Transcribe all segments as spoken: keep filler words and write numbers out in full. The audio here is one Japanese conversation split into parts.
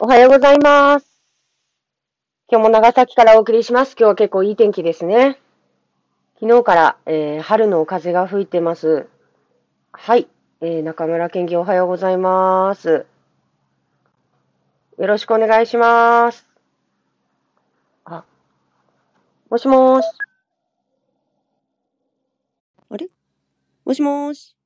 おはようございます。今日も長崎からお送りします。今日は結構いい天気ですね。昨日から、えー春の風が吹いてます。はい、えー中村健議おはようございます。よろしくお願いします。あ、もしもーし。 あれもしもーし。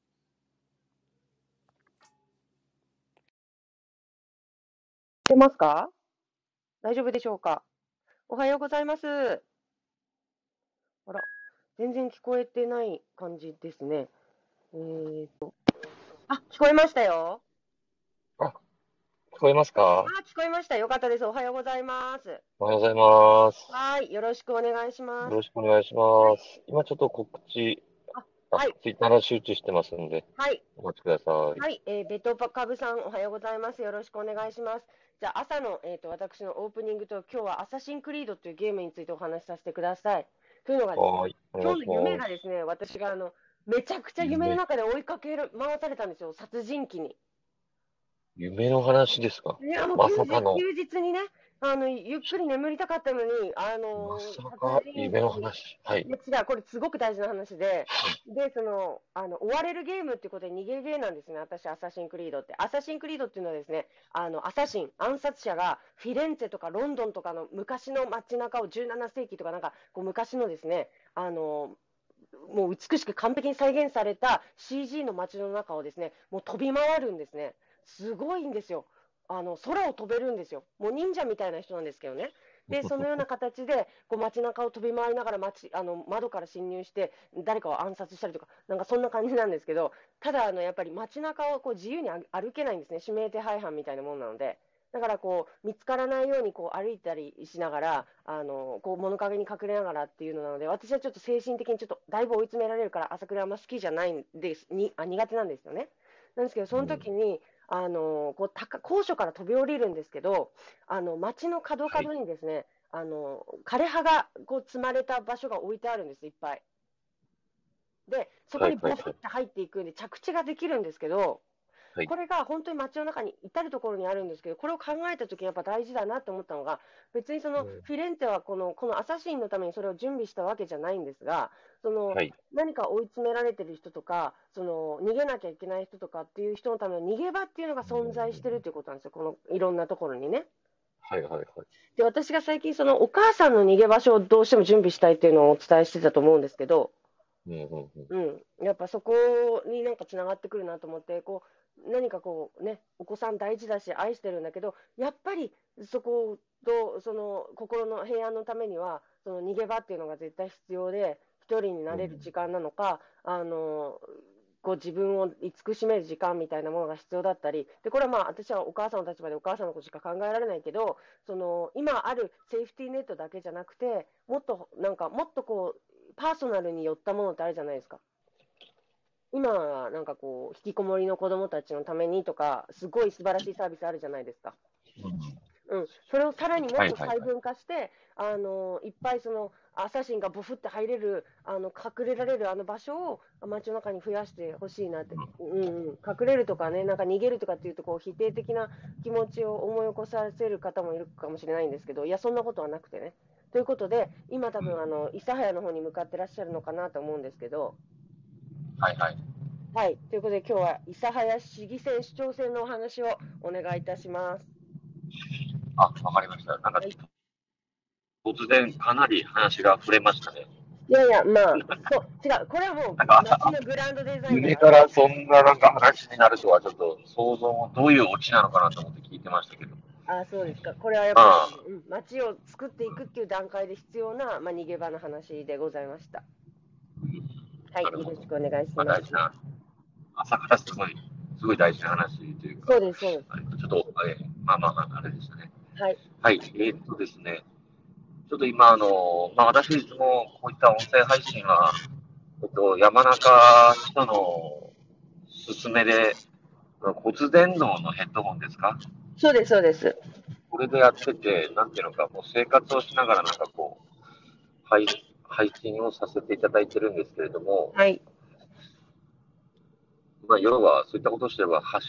出ますか？大丈夫でしょうか？おはようございます。あら、全然聞こえてない感じですね。えーと、あ、聞こえましたよ。 あ、聞こえますか？ あ、聞こえました。よかったです。おはようございます。 おはようございます。 はい、よろしくお願いします。 よろしくお願いしはい、 ます。今ちょっと告知、 あ、 あ、 はい、 ツイッターの集中してますんで、 はい。 お待ちください。 はい、えー、ベトカブさん、おはようございます。よろしくお願いします。じゃあ、朝の、えーと、私のオープニングと、今日はアサシンクリードというゲームについてお話しさせてください。というのがですね、 はーい、お願いし今日の夢ます。 がですね、私があの、めちゃくちゃ夢の夢、 中で追いかけ回されたんですよ、殺人鬼に。 夢の話ですか？ いや、もうま休日、 さかの、 休日にね、あの、ゆっくり眠りたかったのに、あまのさか殺人夢の鬼、 話。はい。 いや違う、これすごく大事な話で、で、その、あの、追われるゲームっていうことで逃げゲーなんですね、私、アサシンクリードって。アサシンクリードっていうのはですね、あの、アサシン、暗殺者がフィレンツェとかロンドンとかの昔の街中をじゅうなな世紀とかなんか、こう昔のですね、あの、もう美しく完璧に再現された シージー の街の中をですね、もう飛び回るんですね。すごいんですよ。あの、空を飛べるんですよ。もう忍者みたいな人なんですけどね。で、そのような形で、こう街中を飛び回りながら街、あの、窓から侵入して、誰かを暗殺したりとか、なんかそんな感じなんですけど、ただ、あの、やっぱり街中をこう自由に歩けないんですね。指名手配犯みたいなもんなので。だからこう見つからないようにこう歩いたりしながら、あのこう物陰に隠れながらっていうのなので、私はちょっと精神的にちょっとだいぶ追い詰められるから、朝倉あんま好きじゃないんですにあ苦手なんですよね。なんですけど、そのうん、 時にあのこう高高所から飛び降りるんですけど、あの街の角はい、 角にですね、あの枯葉がこう積まれた場所が置いてあるんです、いっぱい。で、そこはい、 にボはい、はい。 フって入っていくんで、着地ができるんですけど、 はい、 これが本当に街の中に至るところにあるんですけど、これを考えたときにやっぱ大事だなって思ったのが、別にそのうん、 フィレンツェはこのこのアサシンのためにそれを準備したわけじゃないんですが、そのはい。 何か追い詰められてる人とか、その逃げなきゃいけない人とかっていう人のための逃げ場っていうのがう存在してるん、 ということなんですよ、このいろんなところにね。 はい、はい、はい。 で、私が最近そのお母さんの逃げ場所をどうしても準備したいっていうのをお伝えしてたと思うんですけど、 うん、うん、うん。 うん、やっぱそこになんかつながってくるなと思って、こう何かこうね、お子さん大事だし、愛してるんだけど、やっぱりそことその心の平安のためには、その逃げ場っていうのが絶対必要で、一人になれる時間なのか、あのこう自分を慈しめる時間みたいなものが必要だったり、でこれはまあ私はお母さんの立場でお母さんのことしか考えられないけど、その今あるセーフティーネットだけじゃなくて、もっとなんかもっとこうパーソナルに寄ったものってあるじゃないですか。今はなんかこう引きこもりの子どもたちのためにとか、すごい素晴らしいサービスあるじゃないですか。 うん、 うん、それをさらにもっはい、 とはい、はい。 細分化して、あのいっぱいそのアサシンがボフって入れる、あの隠れられるあの場所を街の中に増やしてほしいなって、うんうん、隠れるとかね、なんか逃げるとかっていうとこう否定的な気持ちを思い起こさせる方もいるかもしれないんですけど、いや、そんなことはなくてね。ということで、今、多うん、 分あの諫早の方に向かってらっしゃるのかなと思うんですけど、 はい、はい。 はい、ということで、今日は諫早市議選、市長選のお話をお願いいたします。 あ、わかりました。なんかはい、 突然かなり話が触れましたね。 いやいや、まあ、そう、違う、これはもう、 なんか朝、 街のグランドデザインだから、 夢からそんななんか話になるとはちょっと想像もどういうオチなのかなと思って聞いてましたけど。 あ、そうですか、これはやっぱり、 まあ、 うん、街を作っていくっていう段階で必要な、まあ、逃げ場の話でございました。はい、 なるほど。 よろしくお願いしまあます。 大事な、朝からすごい、すごい大事な話というか、 そうです、そうです。 あれちょっと、えーまあまあ、あれでしたね。 はい、 はい、えーっとですね、ちょっと今、あの、まあ私いつもこういった音声配信は、えっと、山中の人の勧めで、骨伝導のヘッドホンですか？ そうです、そうです。 これでやってて、なんていうのか、もう生活をしながらなんかこう、配配信をさせていただいてるんですけれども、 はい、 まあ、要はそういったことをしてれば走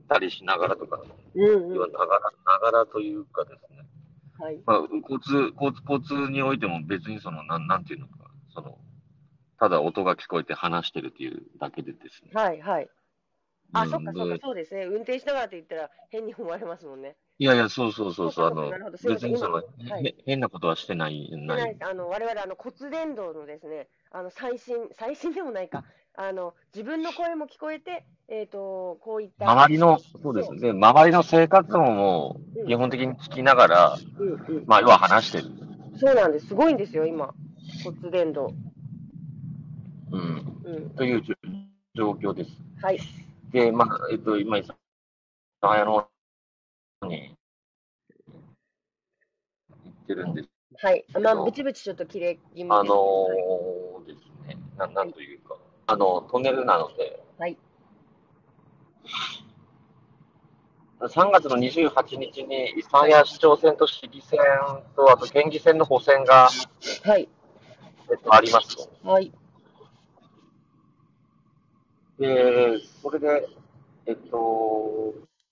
たりしながらとか、 うんうん。 要はながら、ながらというかですね。 はい。 まあ、交通、交通、交通においても別にその、なん、なんていうのか、その、ただ音が聞こえて話してるっていうだけでですね。 はいはい。あ、そっうん、 かそっか、 で、 そうですね。運転しながらって言ったら変に思われますもんね。 いやいや、そうそうそうそう、 そっかそっか、 あの、 なるほど。すいません。今、 別にその、 はい。 へ、変なことはしてない、ない。 でないです。あの、我々、あの、骨伝導のですね、あの、最新、最新でもないか、あの、自分の声も聞こえて、えっと、こういった、 周りの、そうですそね。で、周りの生活音もう、うん、 基本的に聞きながら、 うん、うん。 まあ、要は話してる。 そうなんです。すごいんですよ、今。骨伝導。 うん。 うん。 というじょ状況です。 はい。 で、まあ、えっと、今、諫早の方に行ってるんですはい。まあ、ブけど、 チブチちょっと切れ気味あのですけど。はい。 ーですね、な、なんはい。 というか、あの、トンネルなので、 はい。 さんがつのにじゅうはちにちに、諫早市長選と市議選と、あと県議選の補選が、 はい。 えっと、ありますと。 はい。 で、それで、えっと、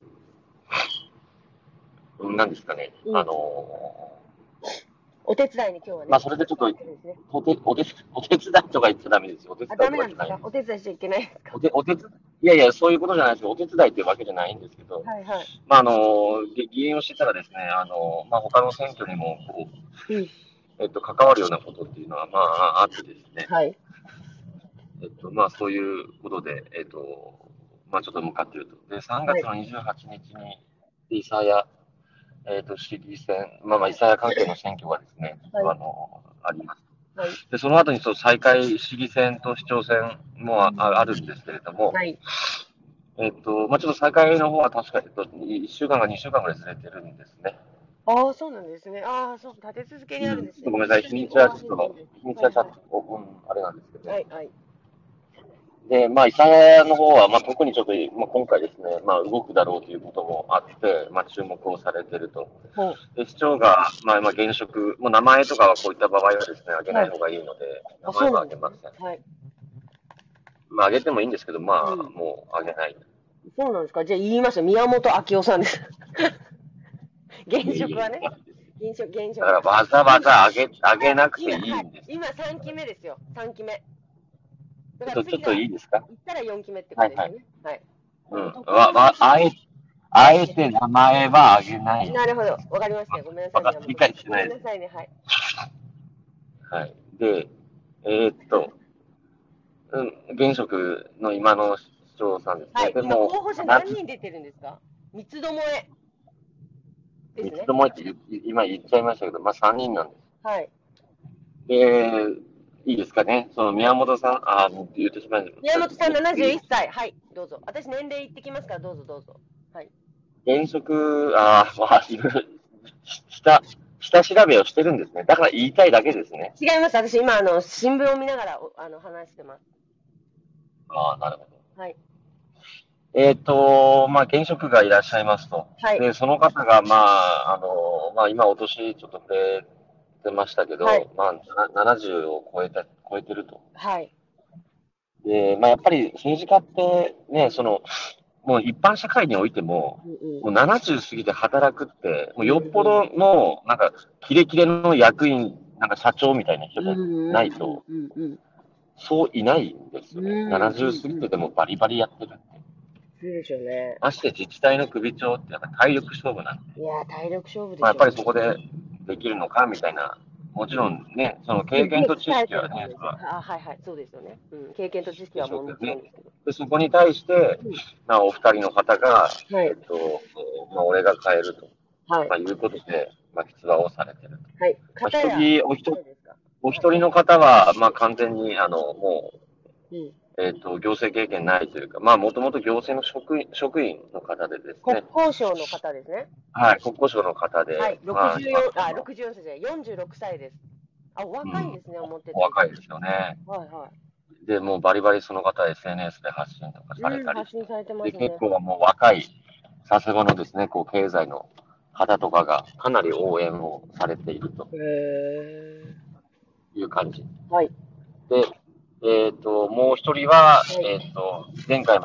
なんですかね、あうん。 のお手伝いに今日はーまあ、 ね、 それでちょっと、 そうですね。 お手、お手、お手伝いとか言っちゃダメですよ。お手伝あ、 いとかじダメなんですゃないんです。 か？お手伝いしちゃいけないですか？ お手、お手つ、いやいや、そういうことじゃないですよ。お手伝いっていうわけじゃないんですけど、 はいはい。 まあ、あの、議議員をしてたらですね、あの、まあ、他の選挙にも、こう、 うん。 えっと、関わるようなことっていうのは、まあ、あってですね、 はい。 えっと、まあ、そういうことで、えっと、まあ、ちょっと向かっていると。で、3 はい。 月のにじゅうはちにちに、諫早、えっと、市議選、まあまあ、 はい。 諫早関係の選挙がですね、ちょっとはい。 あの、あります。 はい。 で、その後に、そう、再開市議選と市長選もああるんですけれども、 はい。 えっと、まあ、ちょっと再開の方は確か、えっと、いっしゅうかんかにしゅうかんぐらいずれてるんですね。 ああ、そうなんですね。ああ、そう、立て続けにうん、ちょあるんですね。 っとごめんなさい。 一緒に日にち終わるんで。 はちょっと、日にちはいはい。 はちょっと、うん、あれなんですけど。 はい、はい。 で、まあ、諫早の方は、まあ、特にちょっと、まあ、今回ですね、まあ、動くだろうということもあって、まあ、注目をされていると。 ほで、市長が、まあ、まあ、現職、もう名前とかはこういった場合はですね、挙げう。はい。 ない方がいいので、名あ、 前そうなんですね。 は挙げません。 はい。 まあ、挙げてもいいんですけど、まあ、 うん。 もう挙げない。 そうなんですか。じゃあ言いますよ。宮本明夫さんです。 いやいやいや、 現職はね。現職、現職。 だからわざわざ挙げ、挙げなくて今、はい。 いいんです。 今さんきめですよ。さんきめ。だからちょっと、ちょっと次が、 いいですか？ 行ったらよんきめってこはいはい。 とですよね。はい。 うん。 特わ、わ、あえ、あえて名前は挙げない。 なるほど。わかりました。ごめんなさい、 わか、理宮本さん。ご解してないです。 めんなさいね。はい。 はい。で、えーっと、うん、現職の今の市長さんですね。 はい。今、 でも、 候補者な何人出てるんですか？三つどもえですね。 三つどもえって言う今言っちゃいましたけど、まあさんにんなんです。 はい。 で、いいですかね。その宮本さん、あ、言ってしまいました。 宮本さんななじゅういっさい。はい。どうぞ。私、年齢言ってきますから、どうぞどうぞ。はい。 現職、あ、まあ、いろいろ、下、下調べをしてるんですね。だから言いたいだけですね。 違います。私、今、あの、新聞を見ながら、おあの、話してます。 ああ、なるほど。 はい。 えっと、まあ、現職がいらっしゃいますと。 はい。 で、その方が、まあ、あの、まあ、今、お年ちょっと触れてましたけはい。 ど、まあ、なななじゅうを超えた、超えてると。 はい。 で、まあ、やっぱり政治家ってね、その、もう一般社会においても、 うんうん。 もうななじゅう過ぎて働くって、もうよっぽうんどの、なんか、キレキレの役員、なんか社長みたいな人うん。 じゃうんうんないと、 うんうん。 そういないんですよね。 うんうんななじゅう過ぎてでもバリバリやってるって。 そうでしょうね。 まして自治体の首長ってやっぱ体力勝負なんで、 いやー、体力勝負でまあ、やっぱしょうね。 りそこでできるのかみたいな、もちろんね、そのすっげえ経験と知鍛えてる識はね、 はずですよ。あ、はいはい。そうですよね。うん。経験と知識でしょはもうけどね。 ちろんですけど。 で、そこに対して、 うん。 まあ、お二人の方が、 はい。 えっと、まあ、俺が変えると、 はい。 まあ、いうことで、まあ、出馬をされてると。 はい。 まあ、 片や、 一人、お一人、 誰ですか？ おはい。 一人の方は、まあ、完全に、あの、もうん。 う、えっと、行政経験ないというか、まあ、もともと行政の職員、職員の方でです国ね、 交省の方ですね。 はい、国交省の方で、 はい。 まあ、まろくじゅうよん、あ、 あ、あの、 ろくじゅうよん歳じゃない、よんじゅうろくさいです。あ、おうん、 若いんですね、思っておた以上に。 若いですよね。 はいはで、もうバリバリその方 エスエヌエス で発信とかい。 されうん、 たりして、 発信されてまで、 すね。 結構もう若い、さすがのですね、こう、経済の方とかがかなり応援をされているとへえ。 いう感じ。 はい。 で、えっと、もう一人は、 はい。 えっと、前回まで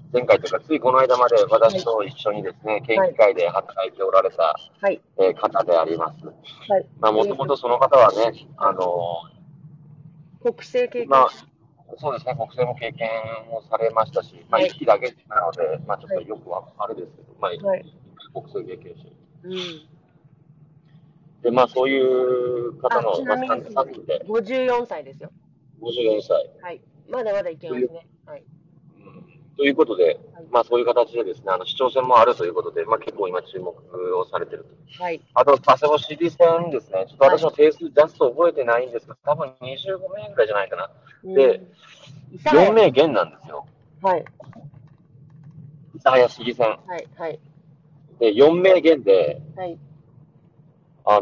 前回というか、ついこの間まで私と一緒にですね、県議会で働いておられた、 はい。 えー方であります。 はい。 まあ、もともとその方はね、あの国政経験ーまあ、そうですね、国政も経験もされましたし、まあ、 はい一期だけなので、まあ、ちょっとよくはあれですけど、まあ、 はい。 国政経験者。 うん。 で、まあ、そういう方あ、 の、まあ、 ちなみにさんにんで、 ごじゅうよんさいですよ。 ごじゅうよんさい。 はい。まだまだいけますね。はい。 うんということではい、 まあそういう形でですね、あの市長選もあるということで、まあ結構今注目をされていると。 はい。 あと、佐世保市議選ですね、ちょっと私も定数ジャスト覚えてないんですけど、多分にじゅうごめいぐらいじゃないかな。で、よんめい減なんですよ。 はい。 諫早市議選。 はい。はい。 で、よんめい減で、 はい。 あのー、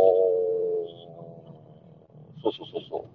そうそうそうそう。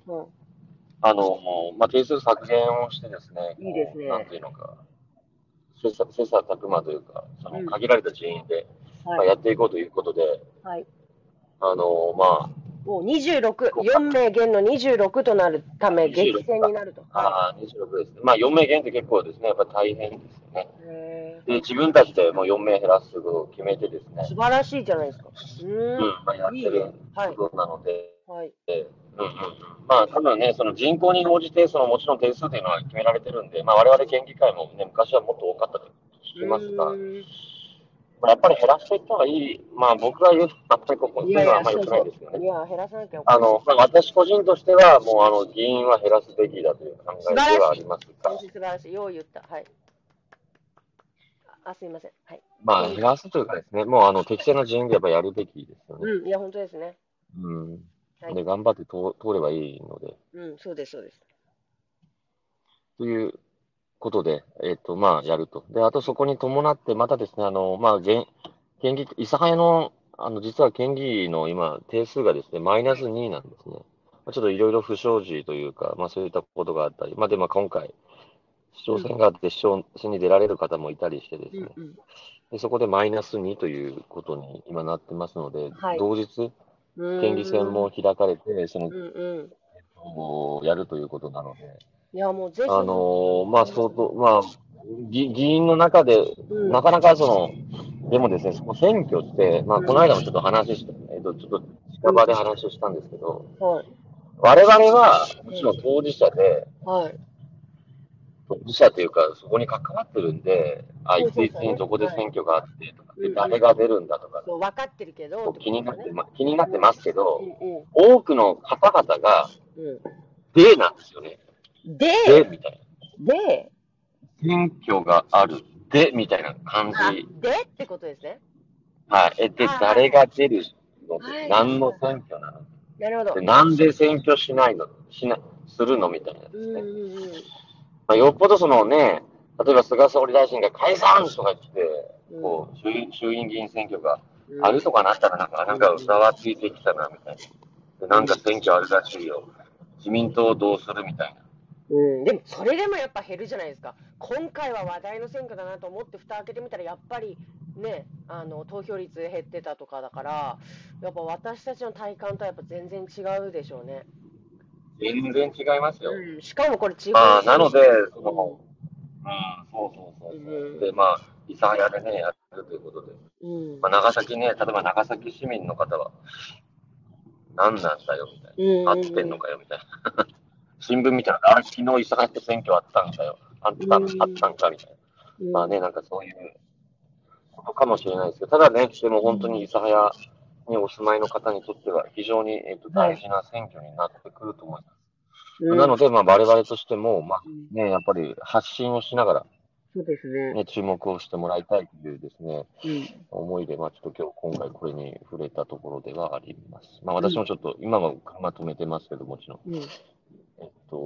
うん。 あのー、まあ定数削減をしてですね、 いいですこう、なんね。 ていうのか、切磋切磋琢磨というか、そのうん。 限られた人員で、まあ、 はい。 やっていこうということで、 はい。 あのー、まあ、 お、にじゅうろく、 こうよんめい減のにじゅうろくとなるため、激にじゅうろくか。 戦になると。はい。 ああ、にじゅうろくですね。まあよんめい減って結構ですね、やっぱ大変ですよね。 へで、自分たちでもうよんめい減らすことを決めてですー、素ね、 晴らしいじゃないですか。ううーん。 ん、まあやっいいね。 てるはい。 ことなので、 はい。 うんうんうん。まあ多分ね、その人口に応じて、そのもちろん定数というのは決められてるんで、まあ我々県議会もね、昔はもっと多かったと聞きうますが、 ーん。 まあ、やっぱり減らしていった方がいい。まあ僕が言う、あんまりここ、そういやいや、 いうのはあんまり良くないんそうそですけどね。 う。いや、減らさなきゃおかしい。 あの、まあ、私個人としては、もうあの、議員は減らすべきだという考素えで晴らしい。 はありますが、 先生素晴らしい。よう言った。はい。あ、すいません。はい。 まあ減らすというかですね、もうあの、適正な人員でやっぱやるべきですよね。 うん。いや、本当ですね。 うん。 はい。 で、頑張って通通ればいいので、 うん、そうです、そうです。 ということで、えっと、まあ、やると。で、あとそこに伴って、またですね、あの、まあ、現、県議、諫早の、あの、実は県議の今、定数がですね、マイナスになんですね。まあちょっといろいろ不祥事というか、まあそういったことがあったり、まあで、まあ今回、市長選があって市長選に出られる方もいたりしてですね、 うんうん。 でそこでマイナスにということに今なってますので、 はい。 同日、 うー県議選ん。 も開かれて、その、 うんうん。 をやるということなので、 いや、もうぜひ、 あのーまあ、相当、まあ、議議員の中で、 うん。 なかなかその、でもですね、その選挙って、まあ、この間もちょっと話した、えっと、ちょっと近場で話をしたんですけど、 はい。 我々は、もちろん当事者で、 はい。 当事者というか、そこに関わってるんで、あ、 そういついつそうそうね。 にどこではい。 選挙があってとか、で、 うんうん。 誰が出るんだとか、 そう、分かってるけど、 こうってこ気になって、 とですよね。 ま、気になってますけど、 うん多くの方々が、 うん。 でなんですよね。 うん。 で、 で、 みたいで、 な。選挙がある。で、みたいな感あ、 じ。 でってことですね。 はい。え、で、 あ、はい誰が出るので、 はい。はいはい何のはい。 選挙なのなるほど。 で、なんで選挙しないのしな、するのみたいなでうんすね。 うんうん。 まあ、よっぽどそのね、例えば菅総理大臣が解散とか言って、 うんこう、衆院衆院議員選挙がうんあるとかなったら、なんか、なんかざわついてきたな、みたいな。で、なんか選挙あるらしいよ。自民党どうするみたいな。 うん、でもそれでもやっぱ減るじゃないですか。今回は話題の選挙だなと思って蓋開けてみたらやっぱりね、あの投票率減ってたとかだから、やっぱ私たちの体感とはやっぱ全然違うでしょうね。 全然違いますよ。 うん、しかもこれ地まあ、 方選なので、その、 ううん、そうそうそうん、 そう。 うん、 で、まあ、諫早でね、やるということで。 うん、 まあ、長崎ね、例えば長崎市民の方は、何なんだよ、みたいな。合うん、 ってんのかよ、みたいな。新聞見たら、あれ、昨日諫早って選挙あったんかよ。あっうん、 たん、あったんか、みたいな。まあうん、 ね、なんかそういうことかもしれないですけど、ただね、でも本当に諫早にお住まいの方にとっては、非常に、えっと、 はい、 大事な選挙になってくると思います。 うん、 なので、まあ、我々としても、まあうんね、やっぱり発信をしながら、 そうですね。 ね、注目をしてもらいたいというですね、 うん、 思いで、まあ、ちょっと今日、今回これに触れたところではあります。まあ、 うん、 私もちょっと、今は車止めてますけど、もちろん。 うん、 えっと、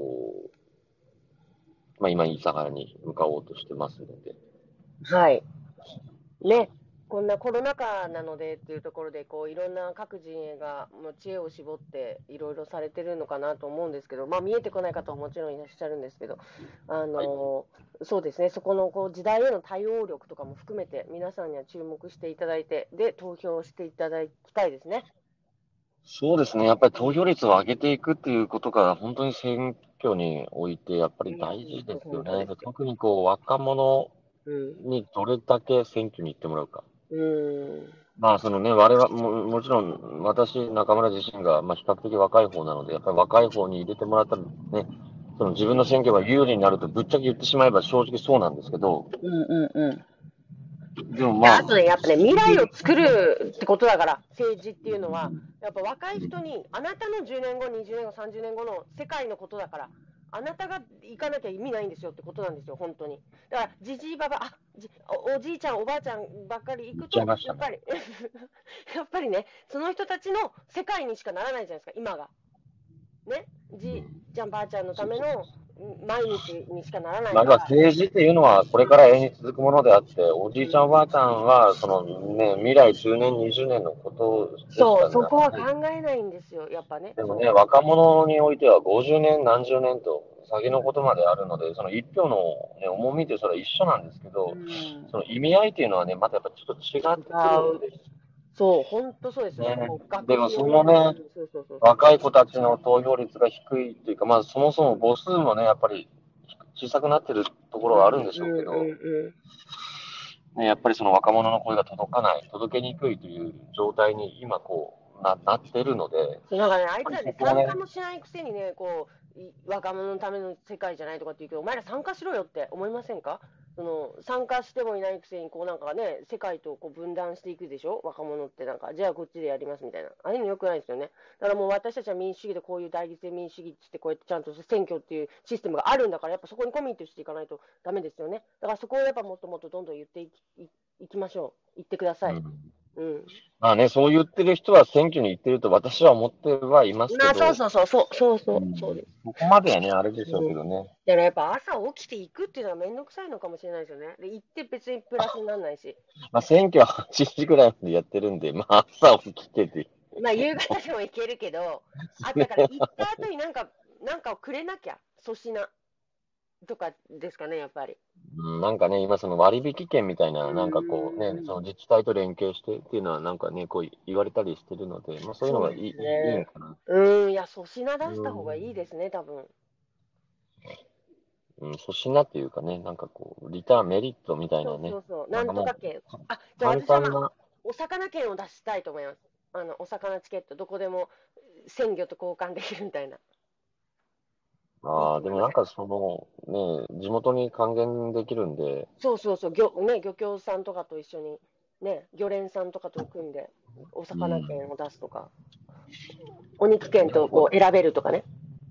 まあ、今、諫早に向かおうとしてますので。 はい。ね、こんなコロナ禍なのでっていうところで、こういろんな各陣営がもう知恵を絞っていろいろされてるのかなと思うんですけど、まあ見えてこない方ももちろんいらっしゃるんですけど、あの、そうですね、そこのこう時代への対応力とかも含めて皆さんには注目していただいて、で、投票していただきたいですね。 そうですね。やっぱり投票率を上げていくっていうことが、本当に選挙においてやっぱりいや、 大事ですよね。 本当ですよ。 特にこう若者うん。 にどれだけ選挙に行ってもらうか。 うーん。 まあ、そのね、我々も、もちろん、私、中村自身が、まあ、比較的若い方なので、やっぱり若い方に入れてもらったらね、その自分の選挙が有利になるとぶっちゃけ言ってしまえば正直そうなんですけど、 うんうんうん。 でもいや、 まあ、 あとね、やっぱね、未来を作るってことだから、政治っていうのは、やっぱ若い人に、あなたのじゅうねんご、にじゅうねんご、さんじゅうねんごの世界のことだから、あなたが行かなきゃ意味ないんですよってことなんですよ、本当に。だから、じじいばば、あじお、おじいちゃん、おばあちゃんばっかり行言っくと、 ちゃいましたね。 やっぱりやっぱりね、その人たちの世界にしかならないじゃないですか、今が。ね、じいちゃん、ばあちゃんのための毎日にしかならないまあ、要はから、 政治っていうのはこれから永遠に続くものであって、おじいちゃんおばあちゃんは、そのね、未来じゅうねん、にじゅうねんのことでしそう、 かね、 そこは考えないんですよ、やっぱね。 でもね、 そ若者においてはごじゅうねん、何十年と先のことまであるので、その一票の、ね、重みってそれは一緒なんですけう。うど、 ん。 その意味合いっていうのはね、またやっぱちょっと違違ってくるんう。 ですそう、本当そうですよ。 ね。 こう学でも費をね、 そのね、 うん、そうそうそうそう。 若い子たちの投票率が低いっていうか、まあそもそも母数もね、やっぱり小さくなってるところはあるんでしうんょうけど、 うんうね、やっぱりその若者の声が届かない、届けにくいという状態に今こうな、なってるので、やっん。なんかね、あいぱりつらね、 そこをね、 参加もしないくせにね、こう、い若者のための世界じゃないとかって言うけど、お前ら参加しろよって思いませんか？その、参加してもいないくせに、こうなんかね、世界とこう分断していくでしょ若者ってなんか、じゃあこっちでやりますみたいな。ああいうの良くないですよね。だからもう私たちは民主主義でこういう代議制民主主義っつって、こうやってちゃんと選挙っていうシステムがあるんだから、やっぱそこにコミットしていかないとダメですよね。だからそこをやっぱもっともっとどんどん言っていき、いいきましょう。言ってください。 うん、 うん。 まあね、そう言ってる人は選挙に行ってると私は思ってはいますけまあ、そうど、 そうそう、そう、そうそう、 うん、 そうです。 そこまではね、あれでしょううん。 けどね。 だからやっぱ朝起きていくっていうのはめんどくさいのかもしれないですよね。で、行って別にプラスにならないし。 まあ選挙ははちじぐらいまでやってるんで、まあ朝起きてて、 まあ、夕方でも行けるけど、あ、だから行った後になんか、なんかをくれなきゃ、粗品とかですかね、やっぱり。 うん、なんかね、今その割引券みたいうな、なんかこうね、 ーん。 その自治体と連携してっていうのはなんかね、こう言われたりしてるので、まあそういうのがいい、 そうですいい、いいんね。 かな。 うーん、いや、粗品出した方がうん、 いいですね、多分。 うん、粗品っていうかね、なんかこう、リターンメリットみたいそうなね、 そうそう。なんなんかもとか券。 う、 あ、じゃあ簡私はまあ、 単な、 お魚券を出したいと思います。あの、お魚チケット、どこでも鮮魚と交換できるみたいな。いいああ、 と思いません？ でもなんかその、ね、地元に還元できるんで、 そうそうそう、漁、ね、漁協さんとかと一緒に、ね、漁連さんとかと組んで、おうん、 魚券を出すとか、お肉券ね、ことこう選べるとかね。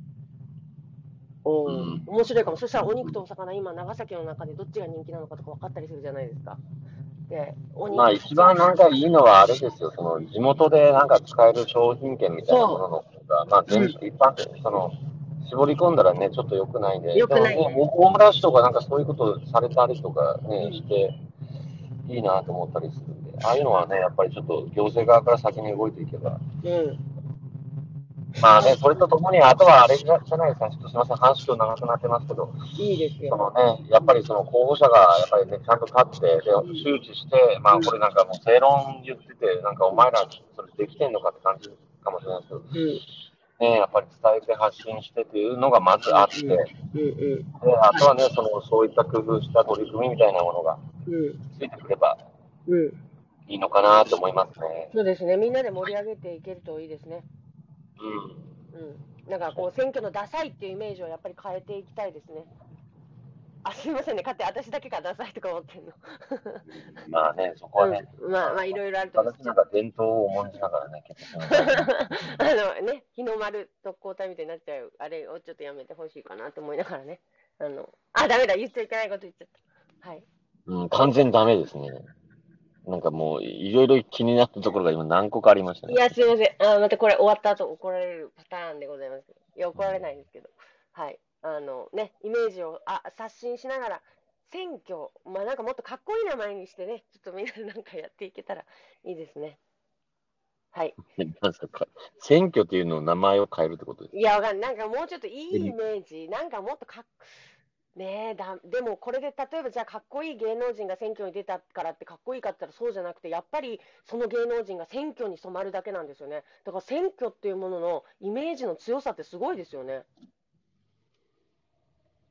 う、うおー、 ん。 面白いかも。そしたらお肉とお魚、今、長崎の中でどっちが人気なのかとか分かったりするじゃないですか。で、おまあ肉一番なんかいいのはあれですよ、その地元でなんか使える商品券みたいなもそのの方が、まあう。う全、 ん。 一般的にその、絞り込んだらね、ちょっと良くないんで、 よでもね、 くないね。 大村市とかなんかそういうことされたりとかね、しうん。 て、いいなと思ったりするんで、ああいうのはね、やっぱりちょっと行政側から先に動いていけば、 うん。 まあね、 そうそれとともに、あとはあれじゃじゃないですか、ちょっとすみません、話今日長くなってますけど、 いいですよ。 そのね、やっぱりその候補者がやっぱりね、ちゃんと立って、で、 うん。 周知して、まあうん。 これなんかもう正論言ってて、なんかおうん。 前らそれできてんのかって感じかもしれないですけど、 うん。 ね、やっぱり伝えて発信してっていうのがまずあって、 うん。うん。うん。 で、あはい。 とはね、その、そういった工夫した取り組みみたいなものがうん。 ついてくればうん。 いいのかなと思いますね。 そうですね。みんなで盛り上げていけるといいですね。 うん。 うん。なんかこう、選挙のダサいっていうイメージをやっぱり変えていきたいですね。あ、すいませんね。勝手に私だけがダサいとか思ってんの。 まあね、そこはね、 うん。まあまあ、いろいろあると思います。ちょ私なんか伝統を重んじながらね、結局その大事な。 あのね、日の丸特攻隊みたいになっちゃう、あれをちょっとやめてほしいかなと思いながらね。あの、あ、ダメだ、言っちゃいけないこと言っちゃった。はい。 うん、完全ダメですね。なんかもう、いろいろ気になったところが今何個かありましたね。 いや、すいません。あ、またこれ終わった後怒られるパターンでございます。いや、怒られないんですけど。はい。あのね、イメージをあ刷新しながら、選挙、まあなんかもっとかっこいい名前にしてね、ちょっとみんなでなんかやっていけたらいいですね。はい。 なんすか、選挙っていうのを名前を変えるってことですいや、わかんない。なんかもうちょっといいイか？ メージ、なんかもっとかっ、ねえ、だ、でもこれで例えばじゃあかっこいい芸能人が選挙に出たからってかっこいいかって言ったらそうじゃなくて、やっぱりその芸能人が選挙に染まるだけなんですよね。だから選挙っていうもののイメージの強さってすごいですよね。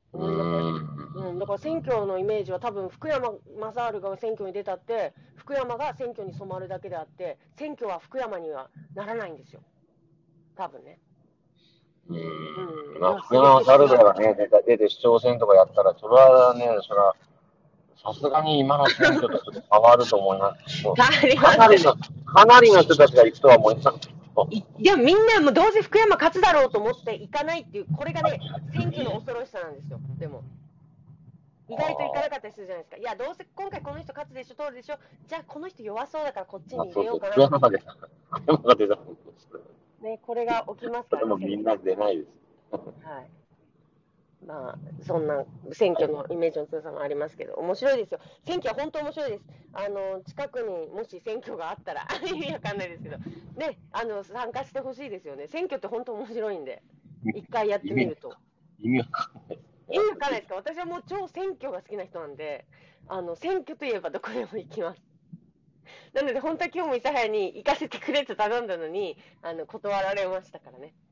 思いません？うん、だから選挙のイメージは多分福山雅治が選挙に出たって福山が選挙に染まるだけであって選挙は福山にはならないんですよ多分ね。 うん。 うん、 まあ、 いや福山雅治がね、出た出て市長選とかやったら、それはね、それは、さすがに今の選挙とちょっと変わると思います。もうかなりの、かなりの人たちが行くとは思います。 いでもみんなもうどうせ福山勝つだろうと思って行かないっていうこれがね選挙の恐ろしさなんですよ。でも意外と行かなかったりするじゃないですか。いやどうせ今回この人勝つでしょ通るでしょじゃあこの人弱そうだからこっちに入れようかな福山が出た。福山が出た。 ねこれが起きますからでもみんな出ないです。 はい。まあ、そんな選挙のイメージの強さもありますけど、面白いですよ。選挙は本当面白いです。あの、近くにもし選挙があったら、意味わかんないですけど、ね、あの、参加してほしいですよね。選挙って本当面白いんで、一回やってみると。 意味わかんない。 意味わかんないですか？私はもう超選挙が好きな人なんで、あの、選挙といえばどこでも行きます。なので、本当は今日も諫早に行かせてくれと頼んだのに、あの、断られましたからね。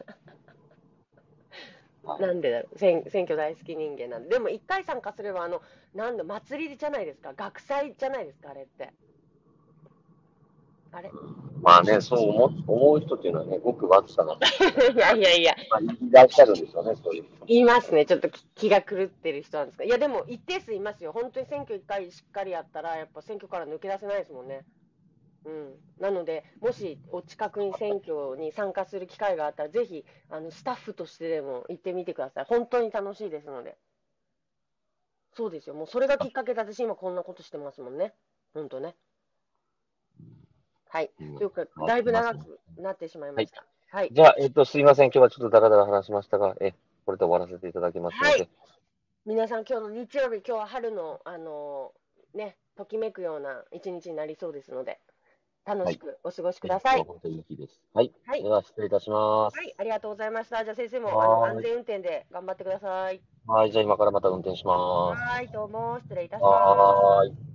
なんでだろう選、選挙大好き人間なんで。でも一回参加すれば、あの、なんだ、祭りじゃないですか。学祭じゃないですか、あれって。あれまあね、そう思う思う人っていうのはね、ごくわずかな。 いやいやいや。 まあ、いらっしゃるんですよね、そういう人。 言いますね。ちょっと気が狂ってる人なんですか。いや、でも一定数いますよ。本当に選挙一回しっかりやったら、やっぱ選挙から抜け出せないですもんね。うん、なので、もしお近くに選挙に参加する機会があったら、ぜひあのスタッフとしてでも行ってみてください。本当に楽しいですので。そうですよ。もうそれがきっかけで私今こんなことしてますもんね。本当ね。はい。というか、だいぶ長くなってしまいました。はい。 じゃあ、えっと、すいません。今日はちょっとダラダラ話しましたが、え、これで終わらせていただきますので。はい。 皆さん、今日の日曜日、今日は春の、あのー、ね、ときめくような一日になりそうですので、楽しくお過ごしください。はい。 本当にいいです。はい。はい。では、失礼いたします。 はい。ありがとうございました。じゃあ、先生も、あの、安全運転で頑張ってください。 はい。じゃあ、今からまた運転します。 はい。どうも、失礼いたします。 はい。